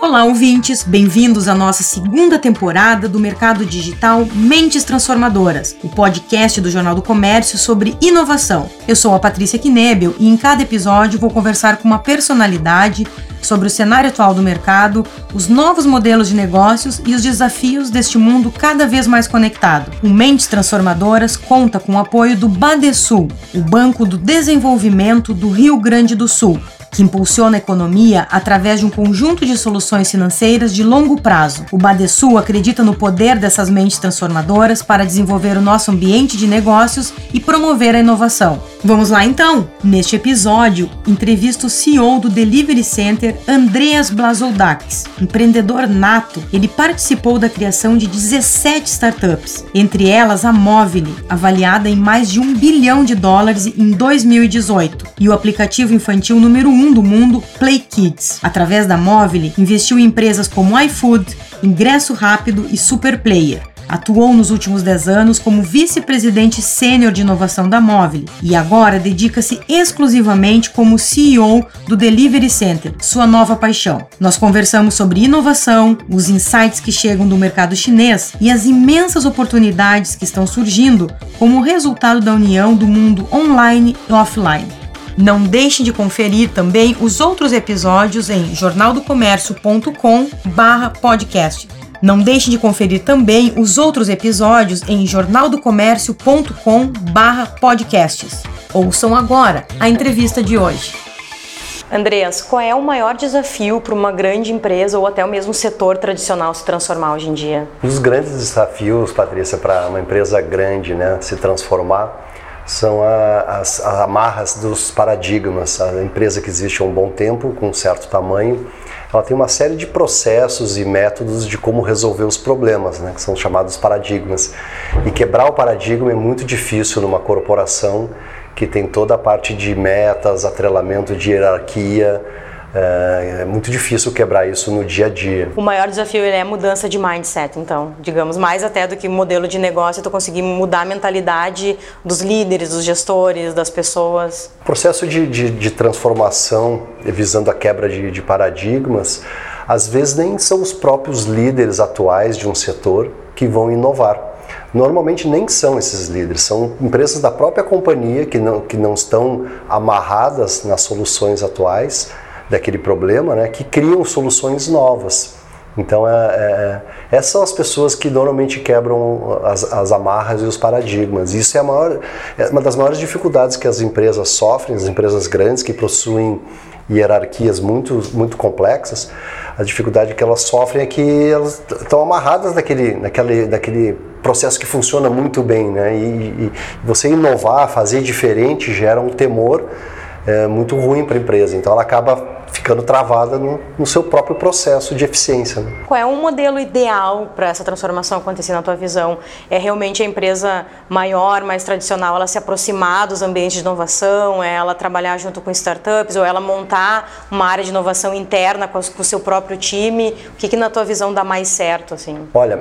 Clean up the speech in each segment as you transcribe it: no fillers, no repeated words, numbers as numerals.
Olá, ouvintes! Bem-vindos à nossa segunda temporada do Mercado Digital Mentes Transformadoras, o podcast do Jornal do Comércio sobre inovação. Eu sou a Patrícia Knebel e em cada episódio vou conversar com uma personalidade sobre o cenário atual do mercado, os novos modelos de negócios e os desafios deste mundo cada vez mais conectado. O Mentes Transformadoras conta com o apoio do Badesul, o Banco do Desenvolvimento do Rio Grande do Sul, que impulsiona a economia através de um conjunto de soluções financeiras de longo prazo. O Badesul acredita no poder dessas mentes transformadoras para desenvolver o nosso ambiente de negócios e promover a inovação. Vamos lá então! Neste episódio, entrevisto o CEO do Delivery Center, Andreas Blazoldakis. Empreendedor nato, ele participou da criação de 17 startups, entre elas a Movile, avaliada em mais de $1 bilhão em 2018, e o aplicativo infantil número 1 do mundo, Play Kids. Através da Movile, investiu em empresas como iFood, Ingresso Rápido e Superplayer. Atuou nos últimos 10 anos como vice-presidente sênior de inovação da Movile e agora dedica-se exclusivamente como CEO do Delivery Center, sua nova paixão. Nós conversamos sobre inovação, os insights que chegam do mercado chinês e as imensas oportunidades que estão surgindo como resultado da união do mundo online e offline. Não deixem de conferir também os outros episódios em jornaldocomércio.com/podcast. Não deixem de conferir também os outros episódios em jornaldocomércio.com/podcasts. Ouçam agora a entrevista de hoje. Andreas, qual é o maior desafio para uma grande empresa ou até o mesmo setor tradicional se transformar hoje em dia? Um dos grandes desafios, Patrícia, para uma empresa grande, se transformar são as amarras dos paradigmas. A empresa que existe há um bom tempo, com um certo tamanho, ela tem uma série de processos e métodos de como resolver os problemas, que são chamados paradigmas. E quebrar o paradigma é muito difícil numa corporação que tem toda a parte de metas, atrelamento de hierarquia. É muito difícil quebrar isso no dia a dia. O maior desafio é a mudança de mindset, então, digamos, mais até do que modelo de negócio, tu conseguir mudar a mentalidade dos líderes, dos gestores, das pessoas. O processo de transformação, visando a quebra de paradigmas, às vezes nem são os próprios líderes atuais de um setor que vão inovar. Normalmente nem são esses líderes, são empresas da própria companhia que não estão amarradas nas soluções atuais daquele problema, que criam soluções novas. Então, essas são as pessoas que normalmente quebram as amarras e os paradigmas. Isso é uma das maiores dificuldades que as empresas sofrem, as empresas grandes que possuem hierarquias muito, muito complexas. A dificuldade que elas sofrem é que elas estão amarradas naquele processo que funciona muito bem, e você inovar, fazer diferente, gera um temor muito ruim para a empresa. Então ela acaba ficando travada no seu próprio processo de eficiência. Qual é o modelo ideal para essa transformação acontecer na tua visão? É realmente a empresa maior, mais tradicional, ela se aproximar dos ambientes de inovação, é ela trabalhar junto com startups, ou ela montar uma área de inovação interna com o seu próprio time? O que na tua visão dá mais certo? Assim? Olha,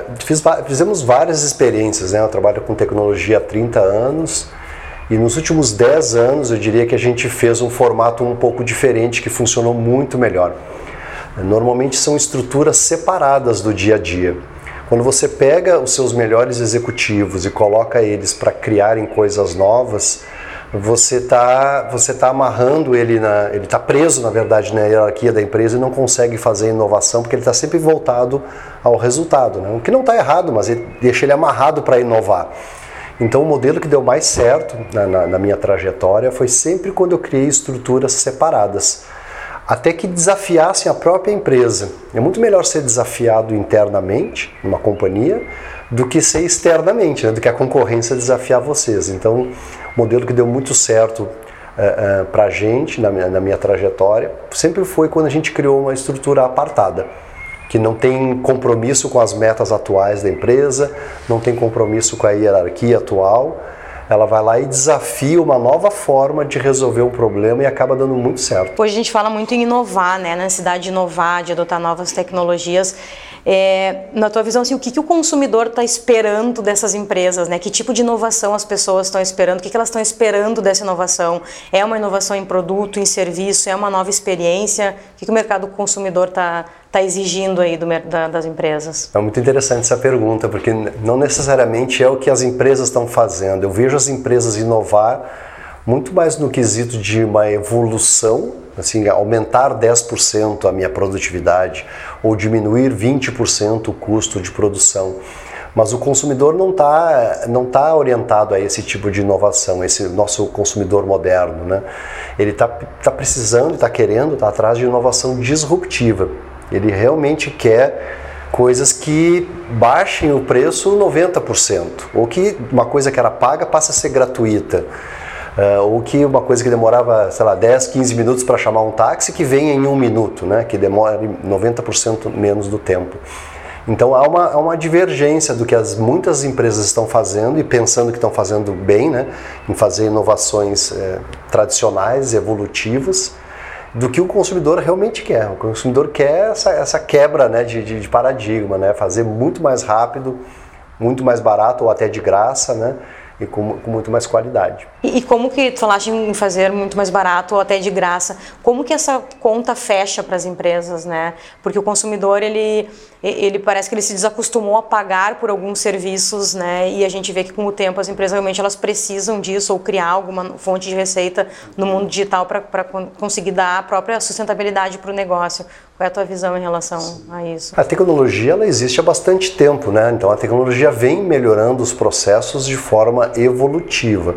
fizemos várias experiências, Eu trabalho com tecnologia há 30 anos, e nos últimos 10 anos eu diria que a gente fez um formato um pouco diferente que funcionou muito melhor. Normalmente são estruturas separadas do dia a dia. Quando você pega os seus melhores executivos e coloca eles para criarem coisas novas, você tá amarrando ele está preso, na verdade, na hierarquia da empresa e não consegue fazer inovação porque ele está sempre voltado ao resultado, O que não está errado, mas ele deixa ele amarrado para inovar. Então o modelo que deu mais certo na minha trajetória foi sempre quando eu criei estruturas separadas, até que desafiassem a própria empresa. É muito melhor ser desafiado internamente, numa companhia, do que ser externamente, do que a concorrência desafiar vocês. Então o modelo que deu muito certo para a gente, na minha trajetória, sempre foi quando a gente criou uma estrutura apartada, que não tem compromisso com as metas atuais da empresa, não tem compromisso com a hierarquia atual. Ela vai lá e desafia uma nova forma de resolver um problema e acaba dando muito certo. Hoje a gente fala muito em inovar, na necessidade de inovar, de adotar novas tecnologias. Na tua visão, assim, o que o consumidor está esperando dessas empresas, Que tipo de inovação as pessoas estão esperando? O que elas estão esperando dessa inovação? É uma inovação em produto, em serviço? É uma nova experiência? O que o mercado consumidor está exigindo aí das empresas? É muito interessante essa pergunta, porque não necessariamente é o que as empresas estão fazendo. Eu vejo as empresas inovar muito mais no quesito de uma evolução, assim, aumentar 10% a minha produtividade ou diminuir 20% o custo de produção. Mas o consumidor não tá orientado a esse tipo de inovação, esse nosso consumidor moderno, né? Ele está precisando, está querendo, está atrás de inovação disruptiva. Ele realmente quer coisas que baixem o preço 90%, ou que uma coisa que era paga passa a ser gratuita, ou que uma coisa que demorava, sei lá, 10, 15 minutos para chamar um táxi, que venha em 1 minuto, né? Que demore 90% menos do tempo. Então há uma divergência do que muitas empresas estão fazendo e pensando que estão fazendo bem, né, em fazer inovações tradicionais, evolutivas, do que o consumidor realmente quer. O consumidor quer essa quebra, né, de paradigma, né, fazer muito mais rápido, muito mais barato ou até de graça, né, e com muito mais qualidade. E como que, tu falaste em fazer muito mais barato ou até de graça, como que essa conta fecha para as empresas, né? Porque o consumidor, ele parece que ele se desacostumou a pagar por alguns serviços, né? E a gente vê que com o tempo as empresas realmente elas precisam disso ou criar alguma fonte de receita no mundo digital para conseguir dar a própria sustentabilidade para o negócio. Qual é a tua visão em relação a isso? A tecnologia ela existe há bastante tempo, né? Então a tecnologia vem melhorando os processos de forma evolutiva.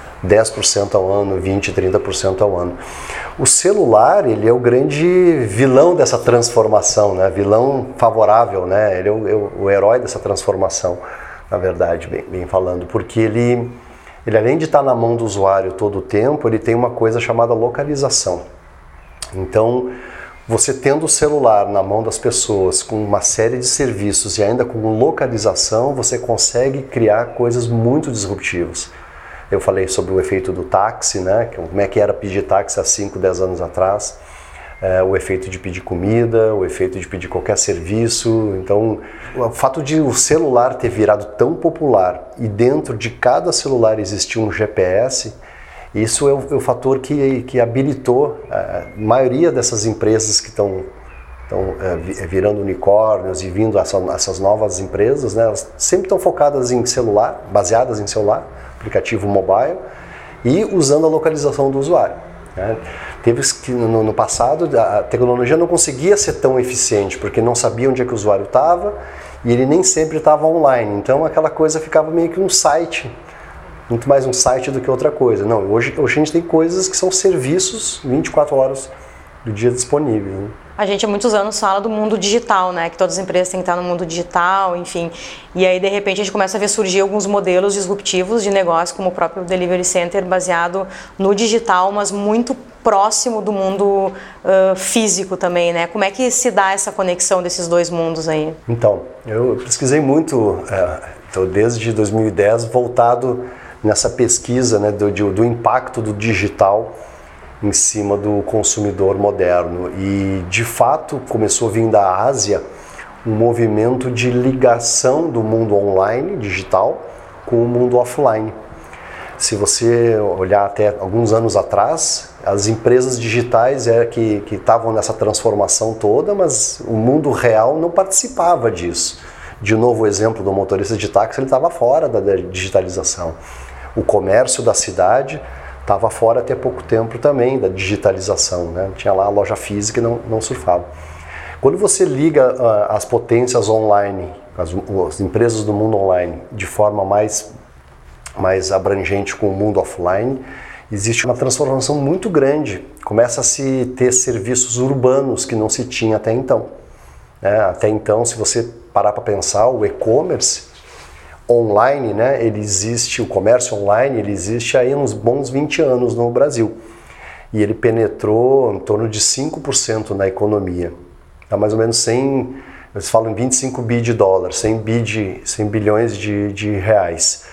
10% ao ano, 20%, 30% ao ano. O celular, ele é o grande vilão dessa transformação, né? Vilão favorável, né? Ele é o herói dessa transformação, na verdade, bem falando, porque ele além de estar na mão do usuário todo o tempo, ele tem uma coisa chamada localização. Então, você tendo o celular na mão das pessoas com uma série de serviços e ainda com localização, você consegue criar coisas muito disruptivas. Eu falei sobre o efeito do táxi, né? Como é que era pedir táxi há 5, 10 anos atrás, o efeito de pedir comida, o efeito de pedir qualquer serviço. Então, o fato de o celular ter virado tão popular e dentro de cada celular existir um GPS, isso é o fator que habilitou a maioria dessas empresas que estão virando unicórnios e vindo essas novas empresas, né? Elas sempre estão focadas em celular, baseadas em celular, aplicativo mobile, e usando a localização do usuário, né? Teve que no passado a tecnologia não conseguia ser tão eficiente, porque não sabia onde é que o usuário estava e ele nem sempre estava online, então aquela coisa ficava meio que um site, muito mais um site do que outra coisa. Não, hoje a gente tem coisas que são serviços 24 horas do dia disponíveis, né? A gente há muitos anos fala do mundo digital, né? Que todas as empresas têm que estar no mundo digital, enfim. E aí, de repente, a gente começa a ver surgir alguns modelos disruptivos de negócio, como o próprio Delivery Center, baseado no digital, mas muito próximo do mundo físico também, né? Como é que se dá essa conexão desses dois mundos aí? Então, eu pesquisei muito, desde 2010, voltado nessa pesquisa, né, do impacto do digital em cima do consumidor moderno. E, de fato, começou a vir da Ásia um movimento de ligação do mundo online, digital, com o mundo offline. Se você olhar até alguns anos atrás, as empresas digitais que estavam nessa transformação toda, mas o mundo real não participava disso. De novo, o exemplo do motorista de táxi, ele estava fora da digitalização. O comércio da cidade estava fora até pouco tempo também da digitalização, né? Tinha lá a loja física e não surfava. Quando você liga as potências online, as empresas do mundo online, de forma mais abrangente com o mundo offline, existe uma transformação muito grande. Começa a se ter serviços urbanos que não se tinha até então, né? Até então, se você parar para pensar, o e-commerce online, né, ele existe, o comércio online, ele existe aí uns bons 20 anos no Brasil. E ele penetrou em torno de 5% na economia. Tá mais ou menos 100, eles falam em 25 bi de dólares, 100 bilhões de reais.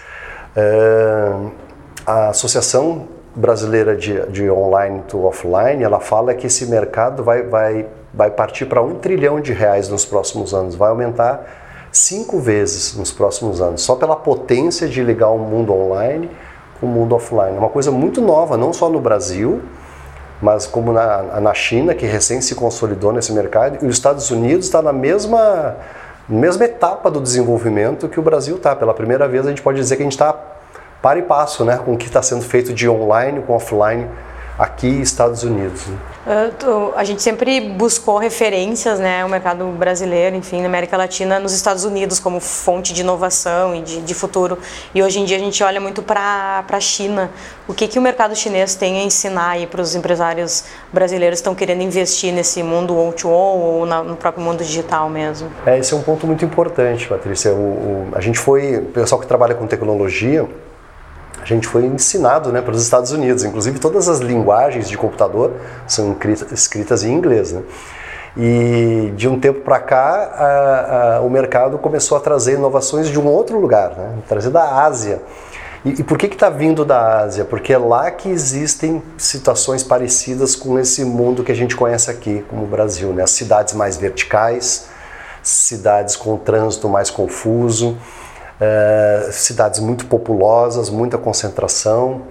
A Associação Brasileira de Online to Offline, ela fala que esse mercado vai partir para R$1 trilhão nos próximos anos, vai aumentar 5 vezes nos próximos anos, só pela potência de ligar o mundo online com o mundo offline. É uma coisa muito nova, não só no Brasil, mas como na China, que recém se consolidou nesse mercado, e os Estados Unidos está na mesma etapa do desenvolvimento que o Brasil está. Pela primeira vez a gente pode dizer que a gente está par e passo, né, com o que está sendo feito de online com offline aqui nos Estados Unidos. Né? A gente sempre buscou referências, né, o mercado brasileiro, enfim, na América Latina, nos Estados Unidos como fonte de inovação e de futuro. E hoje em dia a gente olha muito para a China. O que o mercado chinês tem a ensinar aí para os empresários brasileiros que estão querendo investir nesse mundo O2O ou no próprio mundo digital mesmo? Esse é um ponto muito importante, Patrícia. O pessoal que trabalha com tecnologia, a gente foi ensinado, né, pelos Estados Unidos. Inclusive todas as linguagens de computador são escritas em inglês, né? E de um tempo para cá o mercado começou a trazer inovações de um outro lugar, né? Trazer da Ásia. E por que está vindo da Ásia? Porque é lá que existem situações parecidas com esse mundo que a gente conhece aqui, como o Brasil, né? As cidades mais verticais, cidades com trânsito mais confuso, cidades muito populosas, muita concentração,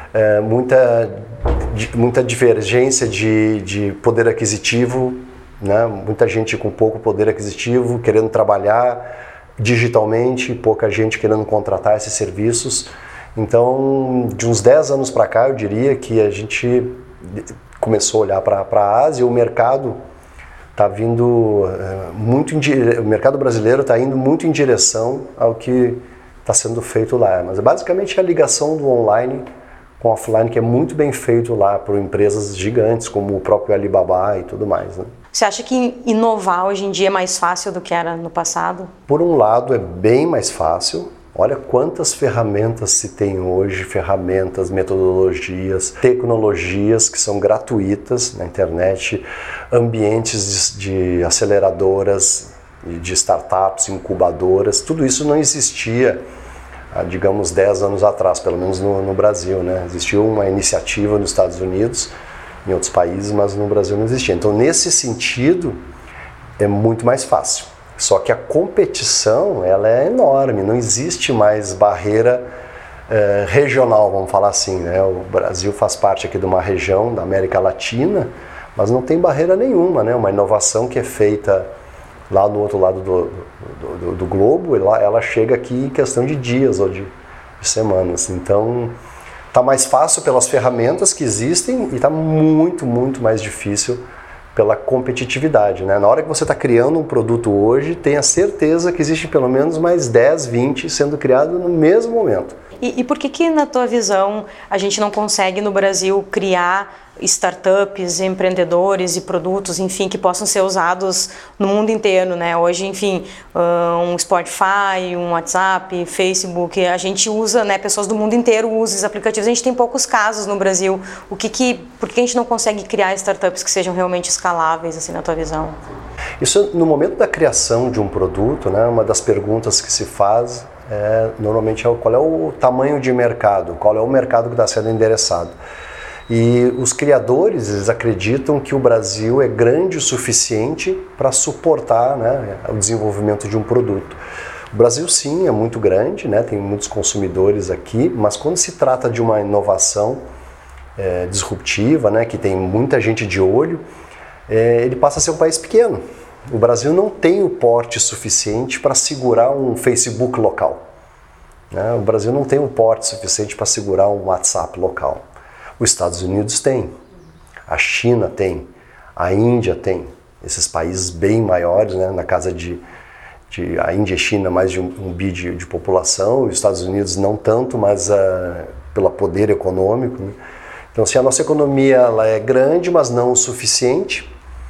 muita divergência de poder aquisitivo, né? Muita gente com pouco poder aquisitivo querendo trabalhar digitalmente, pouca gente querendo contratar esses serviços. Então, de uns 10 anos para cá, eu diria que a gente começou a olhar para a Ásia. O mercado está vindo o mercado brasileiro está indo muito em direção ao que está sendo feito lá. Mas basicamente é a ligação do online com o offline, que é muito bem feito lá por empresas gigantes como o próprio Alibaba e tudo mais, né? Você acha que inovar hoje em dia é mais fácil do que era no passado? Por um lado é bem mais fácil. Olha quantas ferramentas se tem hoje, ferramentas, metodologias, tecnologias que são gratuitas na internet, ambientes de aceleradoras, de startups, incubadoras, tudo isso não existia há, digamos, 10 anos atrás, pelo menos no Brasil, né? Existiu uma iniciativa nos Estados Unidos, em outros países, mas no Brasil não existia. Então, nesse sentido, é muito mais fácil. Só que a competição, ela é enorme, não existe mais barreira regional, vamos falar assim, né? O Brasil faz parte aqui de uma região da América Latina, mas não tem barreira nenhuma, né? Uma inovação que é feita lá no outro lado do globo, ela chega aqui em questão de dias ou de semanas. Então, está mais fácil pelas ferramentas que existem e está muito, muito mais difícil pela competitividade, né? Na hora que você está criando um produto hoje, tenha certeza que existe pelo menos mais 10, 20 sendo criado no mesmo momento. E por que, na tua visão, a gente não consegue no Brasil criar startups, empreendedores e produtos, enfim, que possam ser usados no mundo inteiro, né? Hoje, enfim, um Spotify, um WhatsApp, Facebook, a gente usa, né? Pessoas do mundo inteiro usam esses aplicativos. A gente tem poucos casos no Brasil. Por que a gente não consegue criar startups que sejam realmente escaláveis, assim, na tua visão? Isso, no momento da criação de um produto, né? Uma das perguntas que se faz normalmente qual é o tamanho de mercado, qual é o mercado que está sendo endereçado. E os criadores, eles acreditam que o Brasil é grande o suficiente para suportar, né, o desenvolvimento de um produto. O Brasil, sim, é muito grande, né, tem muitos consumidores aqui, mas quando se trata de uma inovação disruptiva, né, que tem muita gente de olho, ele passa a ser um país pequeno. O Brasil não tem o porte suficiente para segurar um Facebook local, né? O Brasil não tem o porte suficiente para segurar um WhatsApp local. Os Estados Unidos tem, a China tem, a Índia tem, esses países bem maiores, né, na casa de a Índia e a China mais de 1 bi de população, os Estados Unidos não tanto, mas pelo poder econômico, né? Então, assim, a nossa economia ela é grande, mas não o suficiente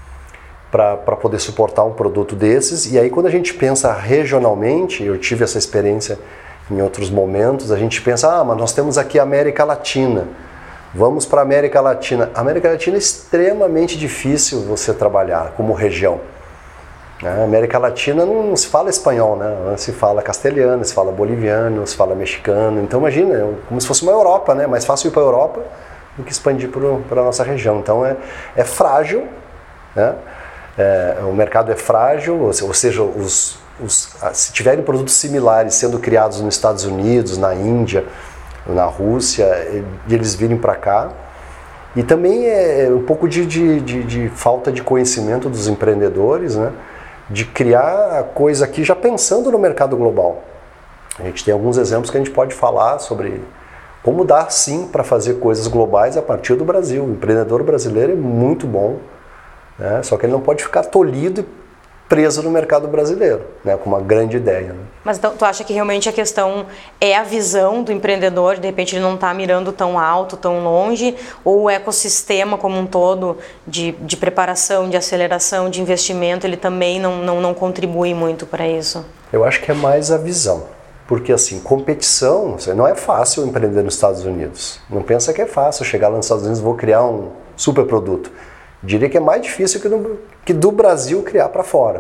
para poder suportar um produto desses. E aí, quando a gente pensa regionalmente, eu tive essa experiência em outros momentos, a gente pensa, mas nós temos aqui a América Latina. Vamos para a América Latina. A América Latina é extremamente difícil você trabalhar como região. A América Latina não se fala espanhol, né? Se fala castelhano, se fala boliviano, se fala mexicano. Então imagina, como se fosse uma Europa, né? Mais fácil ir para a Europa do que expandir para a nossa região. Então é frágil, né? O mercado é frágil, ou seja, se tiverem produtos similares sendo criados nos Estados Unidos, na Índia, na Rússia, e eles virem para cá, E também é um pouco de falta de conhecimento dos empreendedores, né? De criar a coisa aqui já pensando no mercado global. A gente tem alguns exemplos que a gente pode falar sobre como dar sim para fazer coisas globais a partir do Brasil. O empreendedor brasileiro é muito bom, né? Só que ele não pode ficar tolhido e preso no mercado brasileiro, né, com uma grande ideia. Né? Mas então, tu acha que realmente a questão é a visão do empreendedor, de repente ele não está mirando tão alto, tão longe, ou o ecossistema como um todo de preparação, de aceleração, de investimento, ele também não contribui muito para isso? Eu acho que é mais a visão, porque assim, competição, não é fácil empreender nos Estados Unidos. Não pensa que é fácil chegar lá nos Estados Unidos e vou criar um super produto. Diria que é mais difícil que do Brasil criar para fora.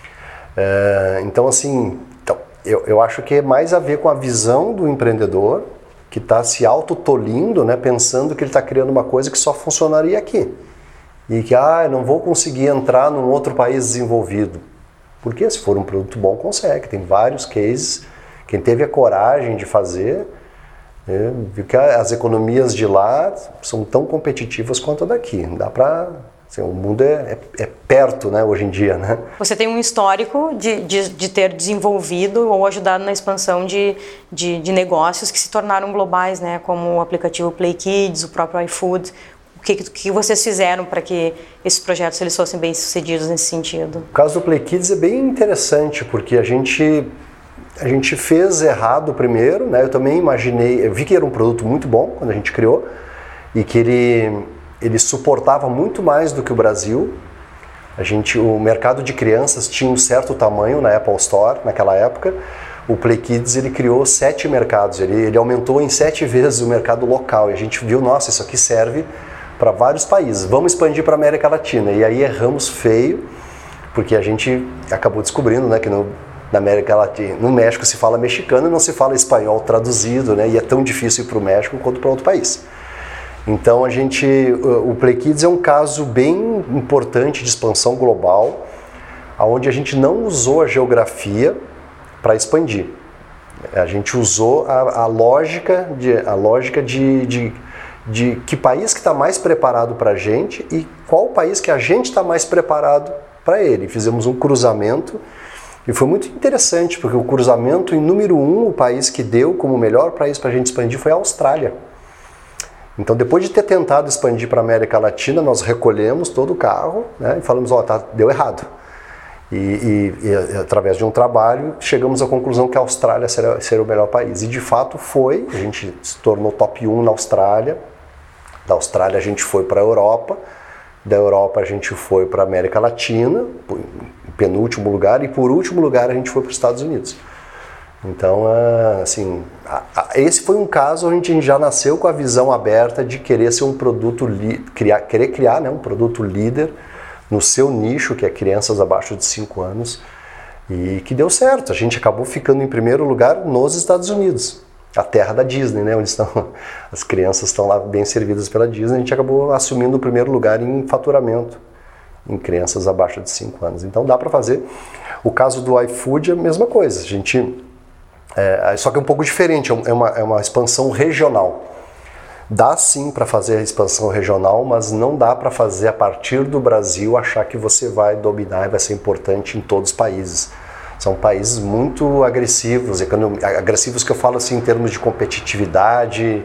Então, assim, eu acho que é mais a ver com a visão do empreendedor que está se autotolindo, né, pensando que ele está criando uma coisa que só funcionaria aqui. E que, eu não vou conseguir entrar num outro país desenvolvido. Porque se for um produto bom, consegue. Tem vários cases. Quem teve a coragem de fazer, viu que as economias de lá são tão competitivas quanto a daqui. Dá para... Assim, o mundo é perto, né, hoje em dia, né? Você tem um histórico de ter desenvolvido ou ajudado na expansão de negócios que se tornaram globais, né? Como o aplicativo Play Kids, o próprio iFood. O que vocês fizeram para que esses projetos eles fossem bem sucedidos nesse sentido? O caso do Play Kids é bem interessante, porque a gente fez errado primeiro, né? Eu também eu vi que era um produto muito bom quando a gente criou e que ele suportava muito mais do que o Brasil. O mercado de crianças tinha um certo tamanho na Apple Store naquela época. O Play Kids ele criou 7 mercados, ele aumentou em 7 vezes o mercado local e a gente viu, nossa, isso aqui serve para vários países, vamos expandir para a América Latina. E aí erramos feio, porque a gente acabou descobrindo, né, que na América Latina, no México se fala mexicano e não se fala espanhol traduzido, né, e é tão difícil ir para o México quanto para outro país. Então o Play Kids é um caso bem importante de expansão global, onde a gente não usou a geografia para expandir. A gente usou a lógica de que país que está mais preparado para a gente e qual país que a gente está mais preparado para ele. Fizemos um cruzamento e foi muito interessante, porque o cruzamento em número 1, o país que deu como o melhor país para a gente expandir foi a Austrália. Então, depois de ter tentado expandir para a América Latina, nós recolhemos todo o carro, né, e falamos, deu errado. E através de um trabalho, chegamos à conclusão que a Austrália seria o melhor país. E de fato foi, a gente se tornou top 1 na Austrália. Da Austrália a gente foi para a Europa, da Europa a gente foi para a América Latina, em penúltimo lugar, e por último lugar a gente foi para os Estados Unidos. Então, assim, esse foi um caso onde a gente já nasceu com a visão aberta de querer ser um produto, querer criar, né, um produto líder no seu nicho, que é crianças abaixo de 5 anos, e que deu certo. A gente acabou ficando em primeiro lugar nos Estados Unidos, a terra da Disney, né, onde as crianças estão lá bem servidas pela Disney. A gente acabou assumindo o primeiro lugar em faturamento em crianças abaixo de 5 anos. Então dá para fazer. O caso do iFood é a mesma coisa. Só que é um pouco diferente, é uma expansão regional. Dá sim para fazer a expansão regional, mas não dá para fazer a partir do Brasil achar que você vai dominar e vai ser importante em todos os países. São países muito agressivos, agressivos que eu falo assim em termos de competitividade.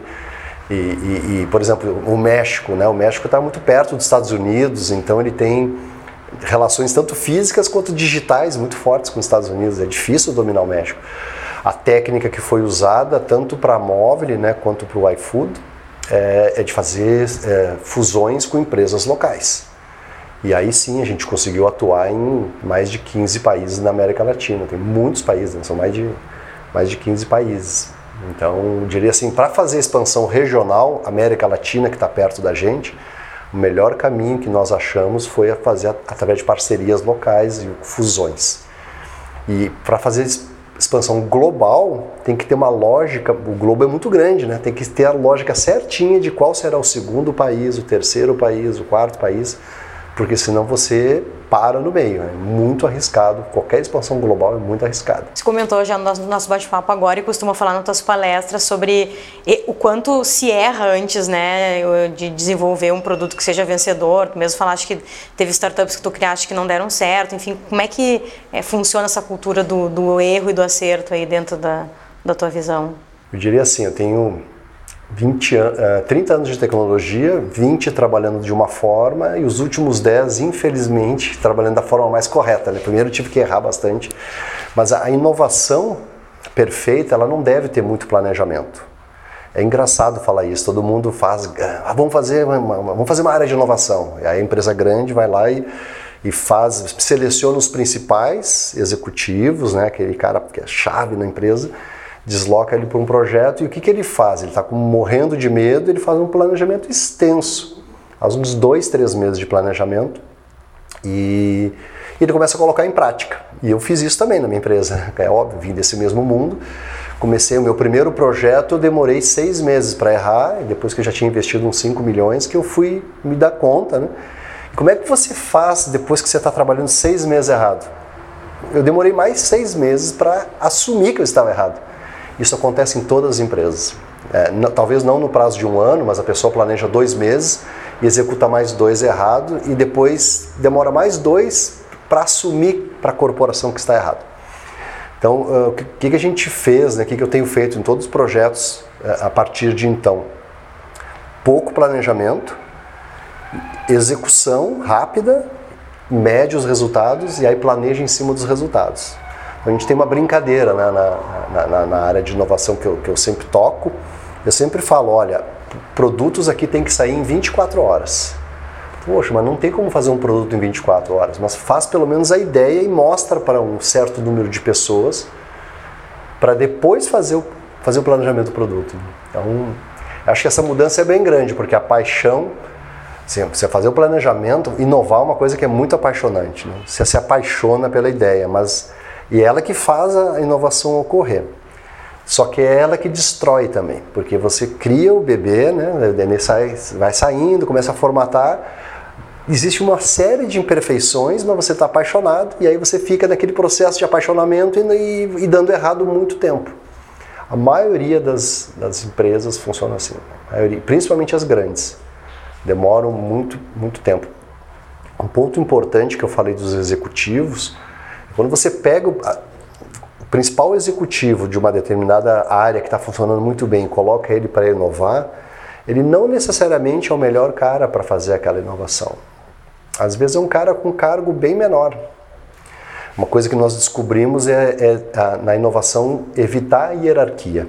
Por exemplo, o México, né? O México está muito perto dos Estados Unidos, então ele tem relações tanto físicas quanto digitais muito fortes com os Estados Unidos. É difícil dominar o México. A técnica que foi usada tanto para a Movile, né, quanto para o iFood é de fazer fusões com empresas locais. E aí sim a gente conseguiu atuar em mais de 15 países na América Latina. Tem muitos países, né? São mais de 15 países. Então, eu diria assim, para fazer expansão regional, América Latina, que está perto da gente, o melhor caminho que nós achamos foi fazer através de parcerias locais e fusões. E para fazer expansão global, tem que ter uma lógica, o globo é muito grande, né? Tem que ter a lógica certinha de qual será o segundo país, o terceiro país, o quarto país, porque senão você para no meio, é muito arriscado, qualquer expansão global é muito arriscada. Você comentou já no nosso bate-papo agora e costuma falar nas tuas palestras sobre o quanto se erra antes, né, de desenvolver um produto que seja vencedor. Tu mesmo falaste que teve startups que tu criaste que não deram certo, enfim, como é que funciona essa cultura do erro e do acerto aí dentro da tua visão? Eu diria assim, eu tenho 30 anos de tecnologia, 20 trabalhando de uma forma e os últimos 10, infelizmente, trabalhando da forma mais correta, né? Primeiro eu tive que errar bastante, mas a inovação perfeita, ela não deve ter muito planejamento. É engraçado falar isso, todo mundo faz, vamos fazer uma área de inovação. E aí a empresa grande vai lá e seleciona os principais executivos, né? Aquele cara que é chave na empresa, desloca ele para um projeto e o que ele faz? Ele está morrendo de medo, ele faz um planejamento extenso, faz uns 2, 3 meses de planejamento e ele começa a colocar em prática. E eu fiz isso também na minha empresa, é óbvio, vim desse mesmo mundo. Comecei o meu primeiro projeto, eu demorei 6 meses para errar, e depois que eu já tinha investido uns 5 milhões, que eu fui me dar conta, né? Como é que você faz depois que você está trabalhando 6 meses errado? Eu demorei mais 6 meses para assumir que eu estava errado. Isso acontece em todas as empresas. Talvez não no prazo de 1 ano, mas a pessoa planeja 2 meses e executa mais 2 errado e depois demora mais 2 para assumir para a corporação que está errado. Então, o que a gente fez, né, o que eu tenho feito em todos os projetos a partir de então? Pouco planejamento, execução rápida, mede os resultados e aí planeja em cima dos resultados. A gente tem uma brincadeira, né, na área de inovação que eu sempre toco. Eu sempre falo, olha, produtos aqui tem que sair em 24 horas. Poxa, mas não tem como fazer um produto em 24 horas, mas faz pelo menos a ideia e mostra para um certo número de pessoas para depois fazer o planejamento do produto. Então, acho que essa mudança é bem grande, porque a paixão, assim, você fazer o planejamento, inovar é uma coisa que é muito apaixonante, né? Você se apaixona pela ideia, e é ela que faz a inovação ocorrer. Só que é ela que destrói também, porque você cria o bebê, né? O DNA vai saindo, começa a formatar, existe uma série de imperfeições, mas você está apaixonado e aí você fica naquele processo de apaixonamento e dando errado muito tempo. A maioria das empresas funciona assim, principalmente as grandes, demoram muito, muito tempo. Um ponto importante que eu falei dos executivos, quando você pega o principal executivo de uma determinada área que está funcionando muito bem e coloca ele para inovar, ele não necessariamente é o melhor cara para fazer aquela inovação. Às vezes é um cara com um cargo bem menor. Uma coisa que nós descobrimos na inovação, evitar a hierarquia.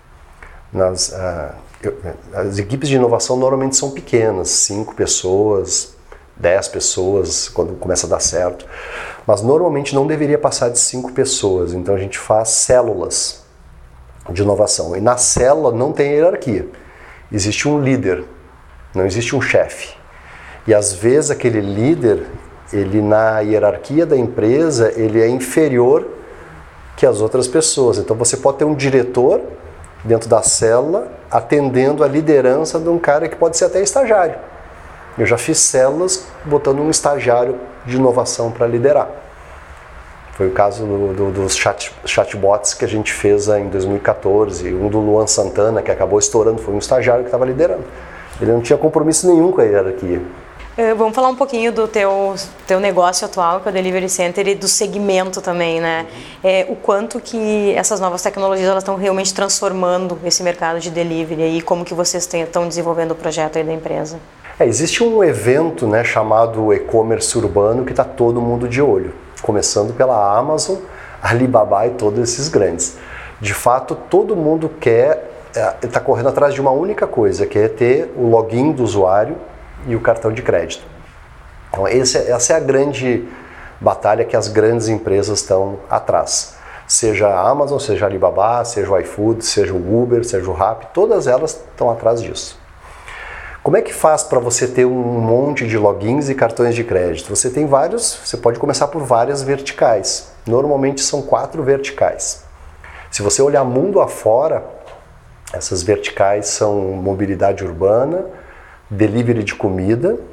As equipes de inovação normalmente são pequenas, 5 pessoas, 10 pessoas, quando começa a dar certo. Mas normalmente não deveria passar de 5 pessoas, então a gente faz células de inovação. E na célula não tem hierarquia, existe um líder, não existe um chefe. E às vezes aquele líder, ele na hierarquia da empresa, ele é inferior que as outras pessoas. Então você pode ter um diretor dentro da célula atendendo a liderança de um cara que pode ser até estagiário. Eu já fiz células botando um estagiário de inovação para liderar. Foi o caso dos chatbots que a gente fez em 2014. Um do Luan Santana, que acabou estourando, foi um estagiário que estava liderando. Ele não tinha compromisso nenhum com a hierarquia. Vamos falar um pouquinho do teu negócio atual, que é o Delivery Center, e do segmento também, né? O quanto que essas novas tecnologias elas estão realmente transformando esse mercado de delivery e como que vocês estão desenvolvendo o projeto aí da empresa? Existe um evento, né, chamado e-commerce urbano que está todo mundo de olho, começando pela Amazon, Alibaba e todos esses grandes. De fato, todo mundo está correndo atrás de uma única coisa, que é ter o login do usuário e o cartão de crédito. Então essa é a grande batalha que as grandes empresas estão atrás. Seja a Amazon, seja a Alibaba, seja o iFood, seja o Uber, seja o Rappi, todas elas estão atrás disso. Como é que faz para você ter um monte de logins e cartões de crédito? Você pode começar por várias verticais. Normalmente são 4 verticais. Se você olhar mundo afora, essas verticais são mobilidade urbana, delivery de comida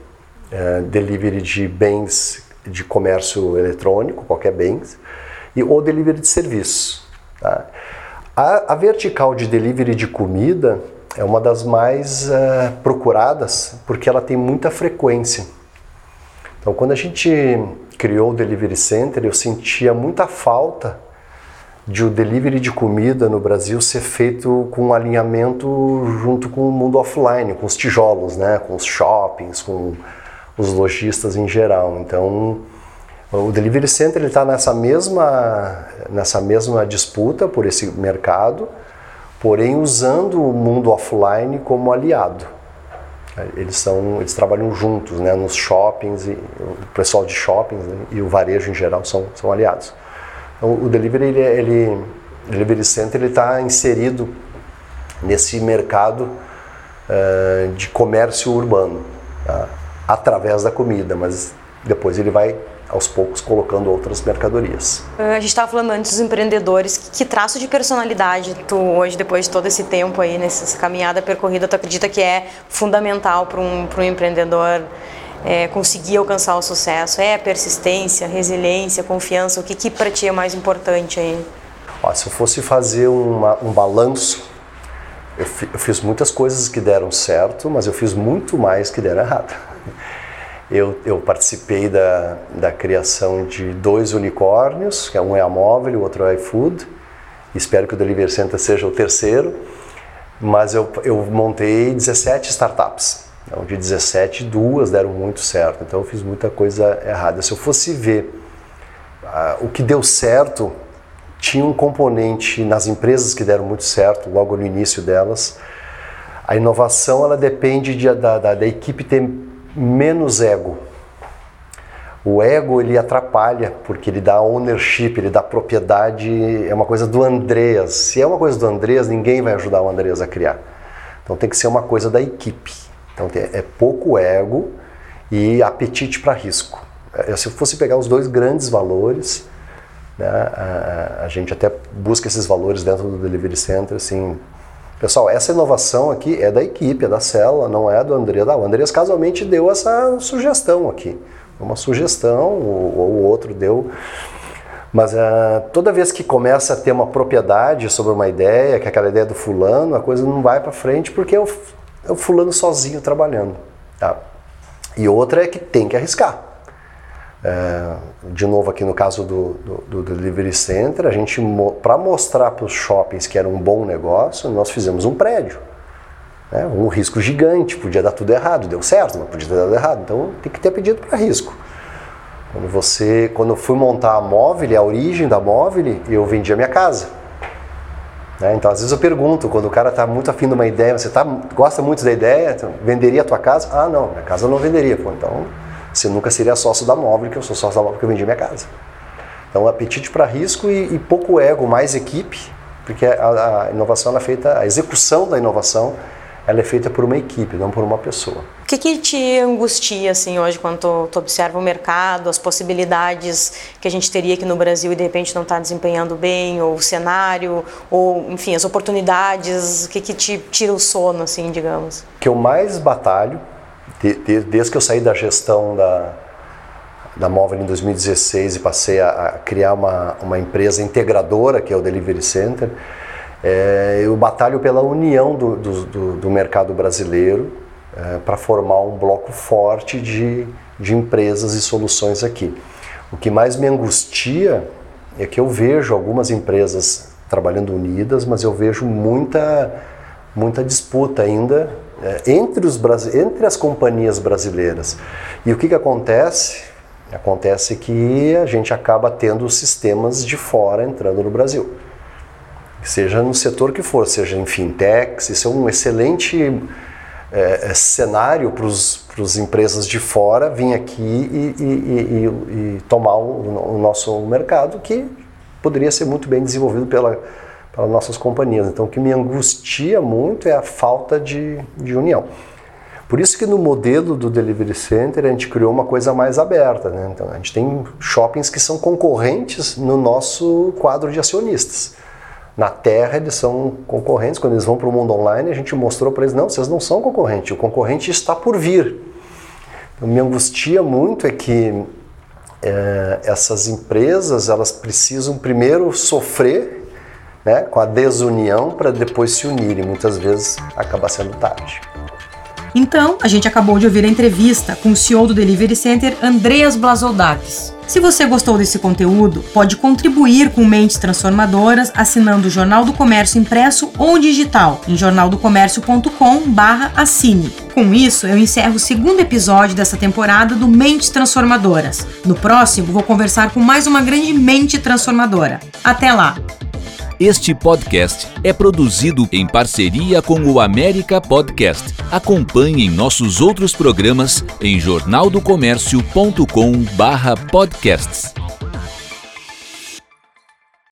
delivery de bens de comércio eletrônico, qualquer bens, ou delivery de serviços. Tá? A vertical de delivery de comida é uma das mais procuradas porque ela tem muita frequência. Então, quando a gente criou o Delivery Center, eu sentia muita falta de o delivery de comida no Brasil ser feito com um alinhamento junto com o mundo offline, com os tijolos, né? Com os shoppings, com os lojistas em geral. Então, o Delivery Center está nessa mesma disputa por esse mercado, porém usando o mundo offline como aliado. Eles trabalham juntos, né, nos shoppings, e o pessoal de shoppings, né, e o varejo em geral são aliados. Então, o Delivery Center está inserido nesse mercado de comércio urbano, tá, através da comida, mas depois ele vai aos poucos colocando outras mercadorias. A gente estava falando antes dos empreendedores, que traço de personalidade tu hoje, depois de todo esse tempo aí, nessa caminhada percorrida, tu acredita que é fundamental para um empreendedor conseguir alcançar o sucesso? É a persistência, resiliência, confiança? O que para ti é mais importante aí? Se eu fosse fazer um balanço, eu fiz muitas coisas que deram certo, mas eu fiz muito mais que deram errado. Eu participei da criação de 2 unicórnios, que um é a Móvel e o outro é a iFood. Espero que o Delivery Center seja o terceiro. Mas eu montei 17 startups. Então, de 17, 2 deram muito certo. Então eu fiz muita coisa errada. Se eu fosse ver o que deu certo, tinha um componente nas empresas que deram muito certo, logo no início delas. A inovação ela depende da equipe ter menos ego. O ego ele atrapalha, porque ele dá ownership, ele dá propriedade, é uma coisa do Andreas. Se é uma coisa do Andreas, ninguém vai ajudar o Andreas a criar. Então tem que ser uma coisa da equipe. Então é pouco ego e apetite para risco. Se eu fosse pegar os 2 grandes valores, né, a gente até busca esses valores dentro do Delivery Center, assim. Pessoal, essa inovação aqui é da equipe, é da célula, não é do Andreas. O Andreas casualmente deu essa sugestão aqui. Uma sugestão, ou o outro deu. Mas toda vez que começa a ter uma propriedade sobre uma ideia, que é aquela ideia do fulano, a coisa não vai para frente porque é o fulano sozinho trabalhando. Tá? E outra é que tem que arriscar. De novo aqui no caso do Delivery Center, a gente, para mostrar para os shoppings que era um bom negócio, nós fizemos um prédio, né? Um risco gigante, podia dar tudo errado, deu certo, mas podia ter dado errado, então tem que ter pedido para risco. Quando eu fui montar a Móvel, a origem da Móvel, eu vendia minha casa, né? Então às vezes eu pergunto, quando o cara está muito afim de uma ideia, você gosta muito da ideia, então, venderia a tua casa? Ah não, minha casa eu não venderia. Pô, então você nunca seria sócio da Móvel, que eu sou sócio da Móvel porque eu vendi minha casa. Então, apetite para risco e pouco ego, mais equipe, porque a inovação ela é feita, a execução da inovação, ela é feita por uma equipe, não por uma pessoa. O que te angustia assim hoje quando tu observa o mercado, as possibilidades que a gente teria aqui no Brasil e de repente não está desempenhando bem, ou o cenário, ou enfim, as oportunidades, o que te tira o sono, assim, digamos? O que eu mais batalho, desde que eu saí da gestão da Móvel em 2016 e passei a criar uma empresa integradora, que é o Delivery Center, eu batalho pela união do mercado brasileiro para formar um bloco forte de empresas e soluções aqui. O que mais me angustia é que eu vejo algumas empresas trabalhando unidas, mas eu vejo muita disputa ainda entre as companhias brasileiras. E o que acontece? Acontece que a gente acaba tendo sistemas de fora entrando no Brasil. Seja no setor que for, seja em fintechs, isso é um excelente cenário para as empresas de fora vir aqui e tomar o nosso mercado, que poderia ser muito bem desenvolvido pelas nossas companhias. Então, o que me angustia muito é a falta de união. Por isso que no modelo do Delivery Center a gente criou uma coisa mais aberta, né? Então, a gente tem shoppings que são concorrentes no nosso quadro de acionistas. Na Terra eles são concorrentes, quando eles vão para o mundo online a gente mostrou para eles, não, vocês não são concorrentes, o concorrente está por vir. me angustia muito é que essas empresas, elas precisam primeiro sofrer, né, com a desunião para depois se unirem. Muitas vezes acaba sendo tarde. Então, a gente acabou de ouvir a entrevista com o CEO do Delivery Center, Andreas Blazodakis. Se você gostou desse conteúdo, pode contribuir com Mentes Transformadoras assinando o Jornal do Comércio impresso ou digital em jornaldocomércio.com/assine. Com isso, eu encerro o segundo episódio dessa temporada do Mentes Transformadoras. No próximo, vou conversar com mais uma grande mente transformadora. Até lá! Este podcast é produzido em parceria com o América Podcast. Acompanhem nossos outros programas em jornaldocomércio.com/podcasts.